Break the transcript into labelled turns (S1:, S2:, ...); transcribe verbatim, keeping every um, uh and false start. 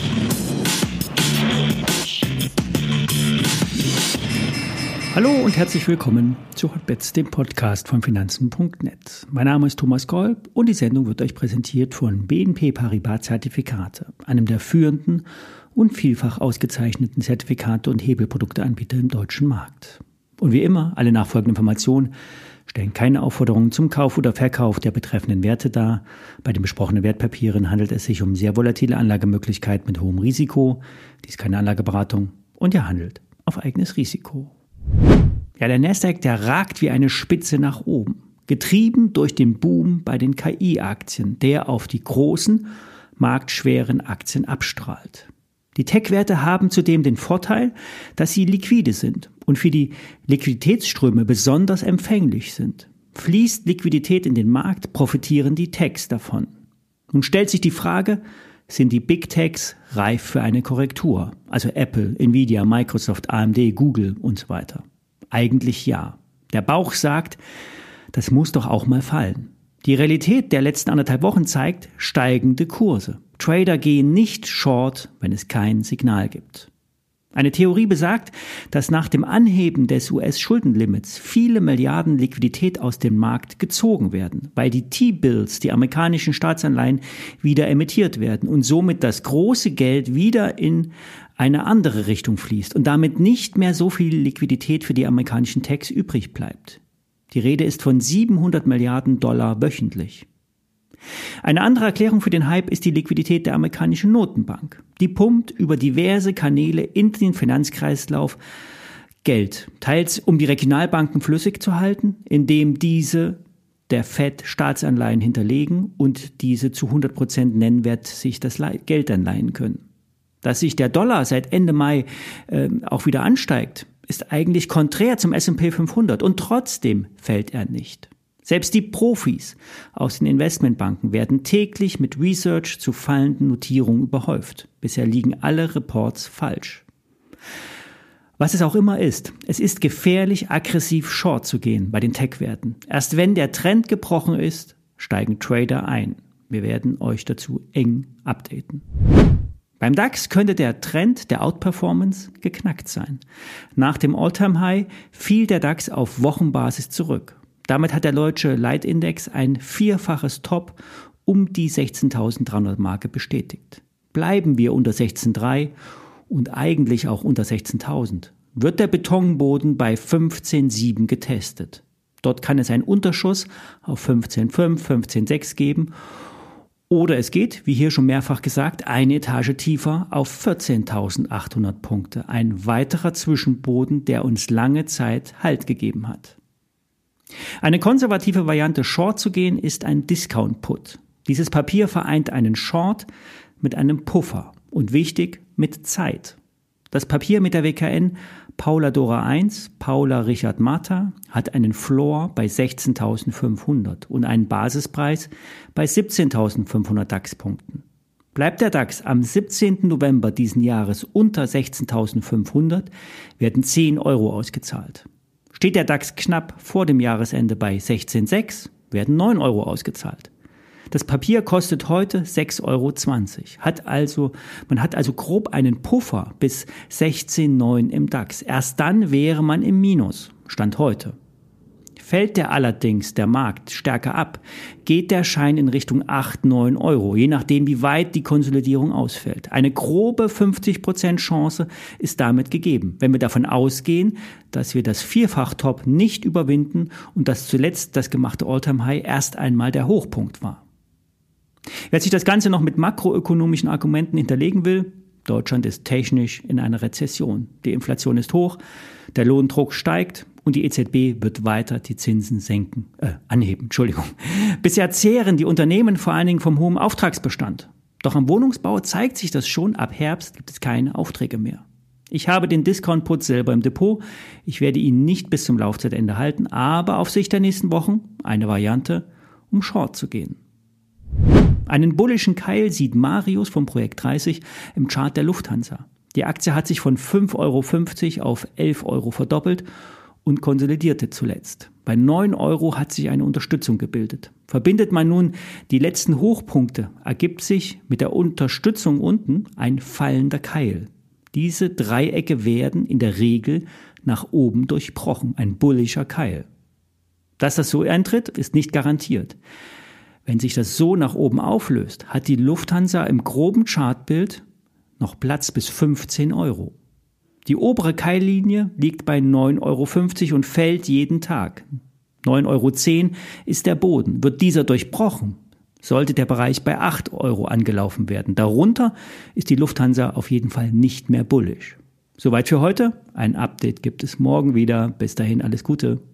S1: Hallo und herzlich willkommen zu Hotbets, dem Podcast von Finanzen punkt net. Mein Name ist Thomas Kolb und die Sendung wird euch präsentiert von B N P Paribas Zertifikate, einem der führenden und vielfach ausgezeichneten Zertifikate- und Hebelprodukteanbieter im deutschen Markt. Und wie immer, alle nachfolgenden Informationen stellen keine Aufforderungen zum Kauf oder Verkauf der betreffenden Werte dar. Bei den besprochenen Wertpapieren handelt es sich um sehr volatile Anlagemöglichkeiten mit hohem Risiko. Dies ist keine Anlageberatung und ihr handelt auf eigenes Risiko. Ja, der Nasdaq, der ragt wie eine Spitze nach oben, getrieben durch den Boom bei den K I-Aktien, der auf die großen, marktschweren Aktien abstrahlt. Die Tech-Werte haben zudem den Vorteil, dass sie liquide sind und für die Liquiditätsströme besonders empfänglich sind. Fließt Liquidität in den Markt, profitieren die Techs davon. Nun stellt sich die Frage, sind die Big Techs reif für eine Korrektur? Also Apple, Nvidia, Microsoft, A M D, Google und so weiter. Eigentlich ja. Der Bauch sagt, das muss doch auch mal fallen. Die Realität der letzten anderthalb Wochen zeigt steigende Kurse. Trader gehen nicht short, wenn es kein Signal gibt. Eine Theorie besagt, dass nach dem Anheben des U S-Schuldenlimits viele Milliarden Liquidität aus dem Markt gezogen werden, weil die T-Bills, die amerikanischen Staatsanleihen, wieder emittiert werden und somit das große Geld wieder in eine andere Richtung fließt und damit nicht mehr so viel Liquidität für die amerikanischen Techs übrig bleibt. Die Rede ist von siebenhundert Milliarden Dollar wöchentlich. Eine andere Erklärung für den Hype ist die Liquidität der amerikanischen Notenbank. Die pumpt über diverse Kanäle in den Finanzkreislauf Geld, teils um die Regionalbanken flüssig zu halten, indem diese der Fed Staatsanleihen hinterlegen und diese zu hundert Prozent Nennwert sich das Geld dann leihen können. Dass sich der Dollar seit Ende Mai äh, auch wieder ansteigt, ist eigentlich konträr zum S und P fünfhundert und trotzdem fällt er nicht. Selbst die Profis aus den Investmentbanken werden täglich mit Research zu fallenden Notierungen überhäuft. Bisher liegen alle Reports falsch. Was es auch immer ist, es ist gefährlich, aggressiv short zu gehen bei den Tech-Werten. Erst wenn der Trend gebrochen ist, steigen Trader ein. Wir werden euch dazu eng updaten. Beim DAX könnte der Trend der Outperformance geknackt sein. Nach dem All-Time-High fiel der DAX auf Wochenbasis zurück. Damit hat der deutsche Leitindex ein vierfaches Top um die sechzehntausenddreihundert Marke bestätigt. Bleiben wir unter sechzehn Komma drei und eigentlich auch unter sechzehntausend, wird der Betonboden bei fünfzehn Komma sieben getestet. Dort kann es einen Unterschuss auf fünfzehn Komma fünf, fünfzehn Komma sechs geben oder es geht, wie hier schon mehrfach gesagt, eine Etage tiefer auf vierzehntausendachthundert Punkte. Ein weiterer Zwischenboden, der uns lange Zeit Halt gegeben hat. Eine konservative Variante, Short zu gehen, ist ein Discount-Put. Dieses Papier vereint einen Short mit einem Puffer und wichtig, mit Zeit. Das Papier mit der W K N Paula Dora eins, Paula Richard Martha, hat einen Floor bei sechzehntausendfünfhundert und einen Basispreis bei siebzehntausendfünfhundert DAX-Punkten. Bleibt der DAX am siebzehnten November diesen Jahres unter sechzehntausendfünfhundert, werden zehn Euro ausgezahlt. Steht der DAX knapp vor dem Jahresende bei sechzehn Komma sechs, werden neun Euro ausgezahlt. Das Papier kostet heute sechs Euro zwanzig. Hat also, man hat also grob einen Puffer bis sechzehn Komma neun im DAX. Erst dann wäre man im Minus. Stand heute. Fällt der allerdings der Markt stärker ab, geht der Schein in Richtung acht, neun Euro, je nachdem wie weit die Konsolidierung ausfällt. Eine grobe fünfzig Prozent Chance ist damit gegeben, wenn wir davon ausgehen, dass wir das Vierfach-Top nicht überwinden und dass zuletzt das gemachte All-Time-High erst einmal der Hochpunkt war. Wer sich das Ganze noch mit makroökonomischen Argumenten hinterlegen will, Deutschland ist technisch in einer Rezession. Die Inflation ist hoch, der Lohndruck steigt und die E Z B wird weiter die Zinsen senken, äh, anheben, Entschuldigung. Bisher zehren die Unternehmen vor allen Dingen vom hohen Auftragsbestand. Doch am Wohnungsbau zeigt sich das schon, ab Herbst gibt es keine Aufträge mehr. Ich habe den Discount-Put selber im Depot. Ich werde ihn nicht bis zum Laufzeitende halten, aber auf Sicht der nächsten Wochen eine Variante, um Short zu gehen. Einen bullischen Keil sieht Marius vom Projekt dreißig im Chart der Lufthansa. Die Aktie hat sich von fünf Euro fünfzig auf elf Euro verdoppelt und konsolidierte zuletzt. Bei neun Euro hat sich eine Unterstützung gebildet. Verbindet man nun die letzten Hochpunkte, ergibt sich mit der Unterstützung unten ein fallender Keil. Diese Dreiecke werden in der Regel nach oben durchbrochen, ein bullischer Keil. Dass das so eintritt, ist nicht garantiert. Wenn sich das so nach oben auflöst, hat die Lufthansa im groben Chartbild noch Platz bis fünfzehn Euro. Die obere Keillinie liegt bei neun Euro fünfzig und fällt jeden Tag. neun Euro zehn ist der Boden. Wird dieser durchbrochen, sollte der Bereich bei acht Euro angelaufen werden. Darunter ist die Lufthansa auf jeden Fall nicht mehr bullisch. Soweit für heute. Ein Update gibt es morgen wieder. Bis dahin alles Gute.